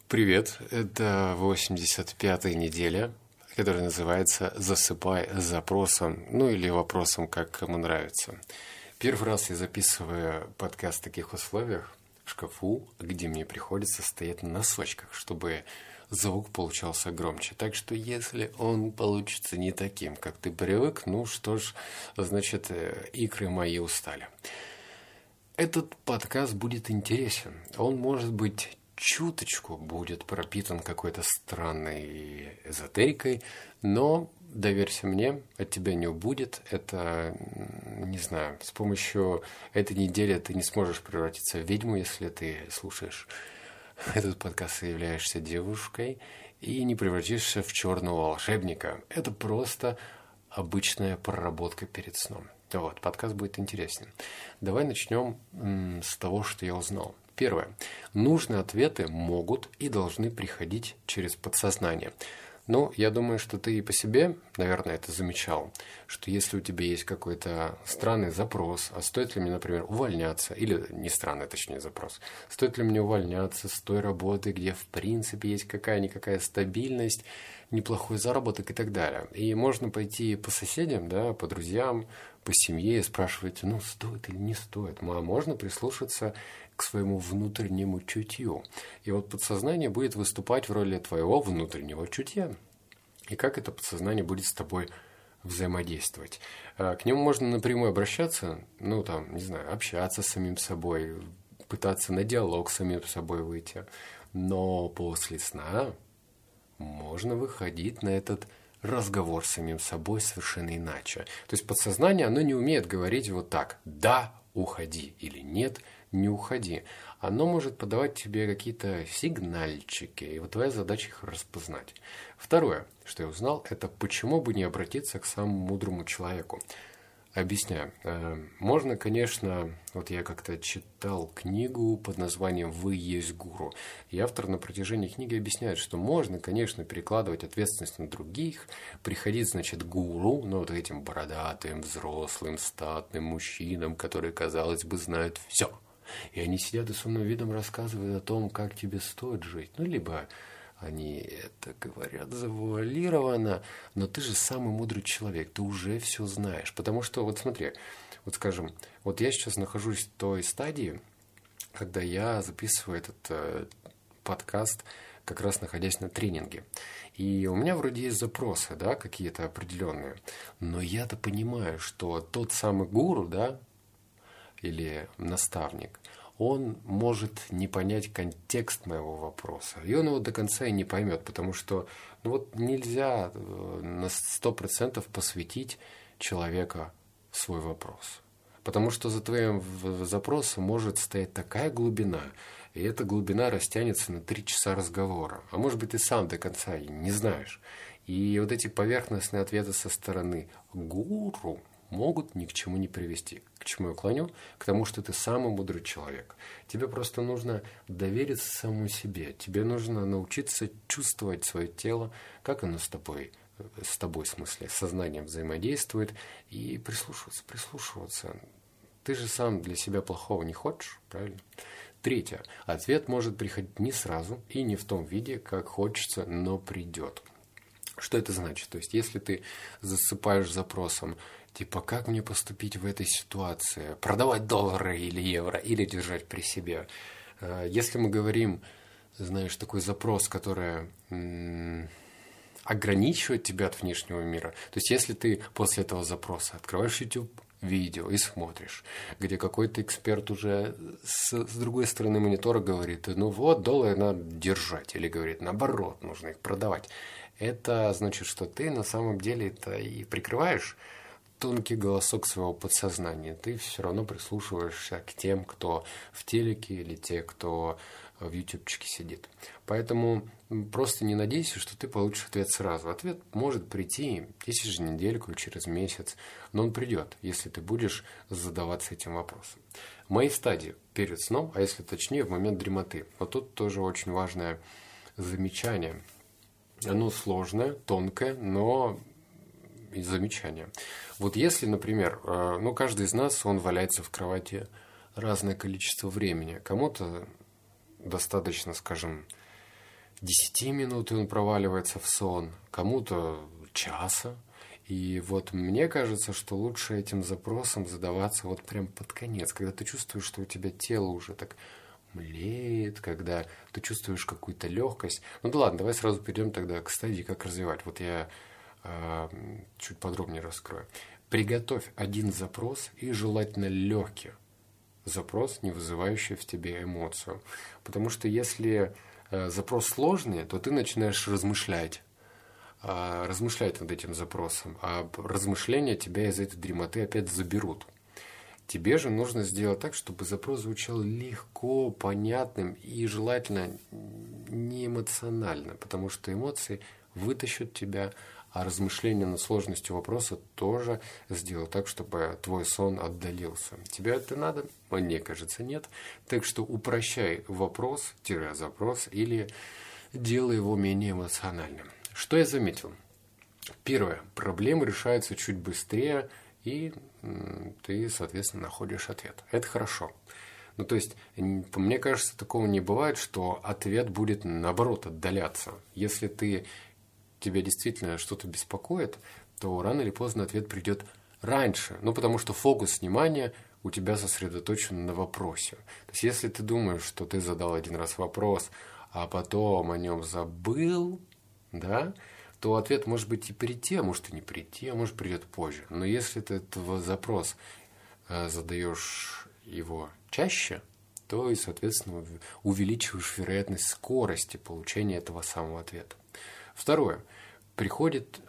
Привет, это 85-я неделя, которая называется «Засыпай с запросом», ну или вопросом, как кому нравится. Первый раз я записываю подкаст в таких условиях, в шкафу, где мне приходится стоять на носочках, чтобы звук получался громче. Так что если он получится не таким, как ты привык, ну что ж, значит, икры мои устали. Этот подкаст будет интересен. Он может быть чуточку будет пропитан какой-то странной эзотерикой, но, доверься мне, от тебя не убудет. Это, не знаю, с помощью этой недели ты не сможешь превратиться в ведьму, если ты слушаешь этот подкаст и являешься девушкой, и не превратишься в черного волшебника. Это просто обычная проработка перед сном. Вот, подкаст будет интересен. Давай начнем с того, что я узнал. Первое. Нужные ответы могут и должны приходить через подсознание. Ну, я думаю, что ты и по себе, наверное, это замечал, что если у тебя есть какой-то странный запрос, а стоит ли мне, например, увольняться, или не странный, точнее, запрос, стоит ли мне увольняться с той работы, где, в принципе, есть какая-никакая стабильность, неплохой заработок и так далее. И можно пойти по соседям, да, по друзьям, по семье и спрашивать, ну, стоит или не стоит. А можно прислушаться к своему внутреннему чутью. И вот подсознание будет выступать в роли твоего внутреннего чутья. И как это подсознание будет с тобой взаимодействовать. К нему можно напрямую обращаться, ну, там, не знаю, общаться с самим собой, пытаться на диалог с самим собой выйти. Но после сна можно выходить на этот разговор с самим собой совершенно иначе. То есть подсознание, оно не умеет говорить вот так: «да, уходи» или «нет, не уходи». Оно может подавать тебе какие-то сигнальчики, и вот твоя задача их распознать. Второе, что я узнал, это почему бы не обратиться к самому мудрому человеку. Объясняю. Можно, конечно, вот я как-то читал книгу под названием «Вы есть гуру». И автор на протяжении книги объясняет, что можно, конечно, перекладывать ответственность на других, приходить, значит, к гуру, ну, вот этим бородатым, взрослым, статным мужчинам, которые, казалось бы, знают все. И они сидят и с умным видом рассказывают о том, как тебе стоит жить. Ну, либо они это говорят завуалированно, но ты же самый мудрый человек, ты уже все знаешь. Потому что, вот смотри, вот скажем, вот я сейчас нахожусь в той стадии, когда я записываю этот подкаст, как раз находясь на тренинге. И у меня вроде есть запросы, да, какие-то определенные, но я-то понимаю, что тот самый гуру, да, или наставник, он может не понять контекст моего вопроса. И он его до конца и не поймет, потому что ну вот нельзя на 100% посвятить человека в свой вопрос. Потому что за твоим запросом может стоять такая глубина, и эта глубина растянется на 3 часа разговора. А может быть, ты сам до конца и не знаешь. И вот эти поверхностные ответы со стороны гуру могут ни к чему не привести. К чему я клоню? К тому, что ты самый мудрый человек. Тебе просто нужно довериться самому себе. Тебе нужно научиться чувствовать свое тело, как оно с тобой в смысле, сознанием взаимодействует, и прислушиваться. Ты же сам для себя плохого не хочешь, правильно? Третье. Ответ может приходить не сразу и не в том виде, как хочется, но придет. Что это значит? То есть, если ты засыпаешь запросом, типа, как мне поступить в этой ситуации? Продавать доллары или евро, или держать при себе? Если мы говорим, знаешь, такой запрос, который ограничивает тебя от внешнего мира, то есть, если ты после этого запроса открываешь YouTube видео и смотришь, где какой-то эксперт уже с другой стороны монитора говорит, ну вот, доллары надо держать, или говорит, наоборот, нужно их продавать. Это значит, что ты на самом деле это и прикрываешь тонкий голосок своего подсознания. Ты все равно прислушиваешься к тем, кто в телеке, или те, кто в ютубчике сидит. Поэтому просто не надейся, что ты получишь ответ сразу. Ответ может прийти через недельку, через месяц, но он придет, если ты будешь задаваться этим вопросом. Мои стадии перед сном, а если точнее, в момент дремоты. Вот тут тоже очень важное замечание. Оно сложное, тонкое, но и замечание. Вот если, например, ну, каждый из нас, он валяется в кровати разное количество времени. Кому-то достаточно, скажем, 10 минут, и он проваливается в сон, кому-то часа. И вот мне кажется, что лучше этим запросом задаваться вот прям под конец, когда ты чувствуешь, что у тебя тело уже так млеет, когда ты чувствуешь какую-то легкость. Ну да ладно, давай сразу перейдем тогда к стадии, как развивать. Вот я чуть подробнее раскрою. Приготовь один запрос и желательно легкий запрос, не вызывающий в тебе эмоцию. Потому что если запрос сложный, то ты начинаешь размышлять над этим запросом, а размышления тебя из этой дремоты опять заберут. Тебе же нужно сделать так, чтобы запрос звучал легко, понятным и желательно не эмоционально, потому что эмоции вытащат тебя, а размышления над сложностью вопроса тоже сделают так, чтобы твой сон отдалился. Тебе это надо? Мне кажется, нет. Так что упрощай вопрос-запрос или делай его менее эмоциональным. Что я заметил? Первое. Проблемы решаются чуть быстрее, и ты, соответственно, находишь ответ. Это хорошо. Ну, то есть, мне кажется, такого не бывает, что ответ будет, наоборот, отдаляться. Если тебя действительно что-то беспокоит, то рано или поздно ответ придет раньше. Ну, потому что фокус внимания у тебя сосредоточен на вопросе. То есть, если ты думаешь, что ты задал один раз вопрос, а потом о нем забыл, да, то ответ может быть и прийти, а может и не прийти, а может придет позже. Но если ты этот запрос задаешь его чаще, то и, соответственно, увеличиваешь вероятность скорости получения этого самого ответа. Второе. Приходит,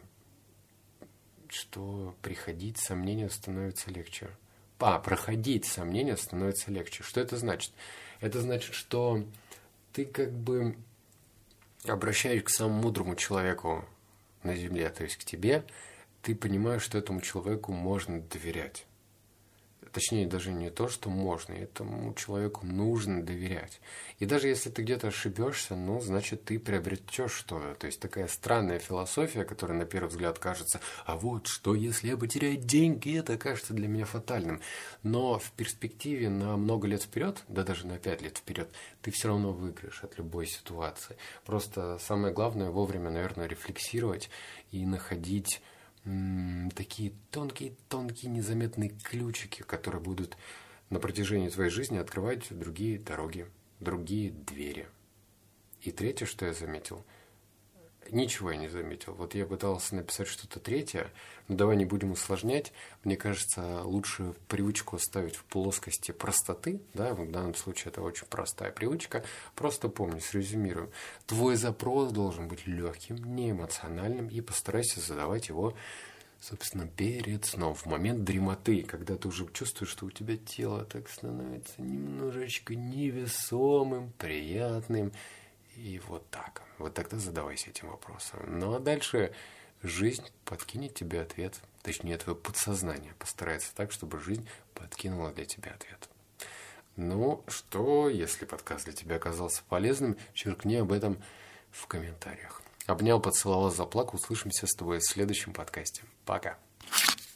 что приходить сомнения становится легче. Проходить сомнения становится легче. Что это значит? Это значит, что ты как бы обращаясь к самому мудрому человеку на земле, то есть к тебе, ты понимаешь, что этому человеку можно доверять. Точнее, даже не то, что можно, этому человеку нужно доверять. И даже если ты где-то ошибешься, ну, значит, ты приобретешь что-то. То есть такая странная философия, которая на первый взгляд кажется, а вот что, если я потеряю деньги, это кажется для меня фатальным. Но в перспективе на много лет вперед, да даже на 5 лет вперед, ты все равно выиграешь от любой ситуации. Просто самое главное вовремя, наверное, рефлексировать и находить такие тонкие незаметные ключики, которые будут на протяжении твоей жизни открывать другие дороги, другие двери. И третье, что я заметил, ничего я не заметил. Вот я пытался написать что-то третье, но давай не будем усложнять. Мне кажется, лучше привычку оставить в плоскости простоты. Да, в данном случае это очень простая привычка. Просто помни, срезюмирую. Твой запрос должен быть легким, не эмоциональным, и постарайся задавать его, собственно, перед сном, в момент дремоты, когда ты уже чувствуешь, что у тебя тело так становится немножечко невесомым, приятным. И вот так. Вот тогда задавайся этим вопросом. Ну а дальше жизнь подкинет тебе ответ. Точнее, твое подсознание постарается так, чтобы жизнь подкинула для тебя ответ. Ну что, если подкаст для тебя оказался полезным, черкни об этом в комментариях. Обнял, поцеловал, заплакал. Услышимся с тобой в следующем подкасте. Пока.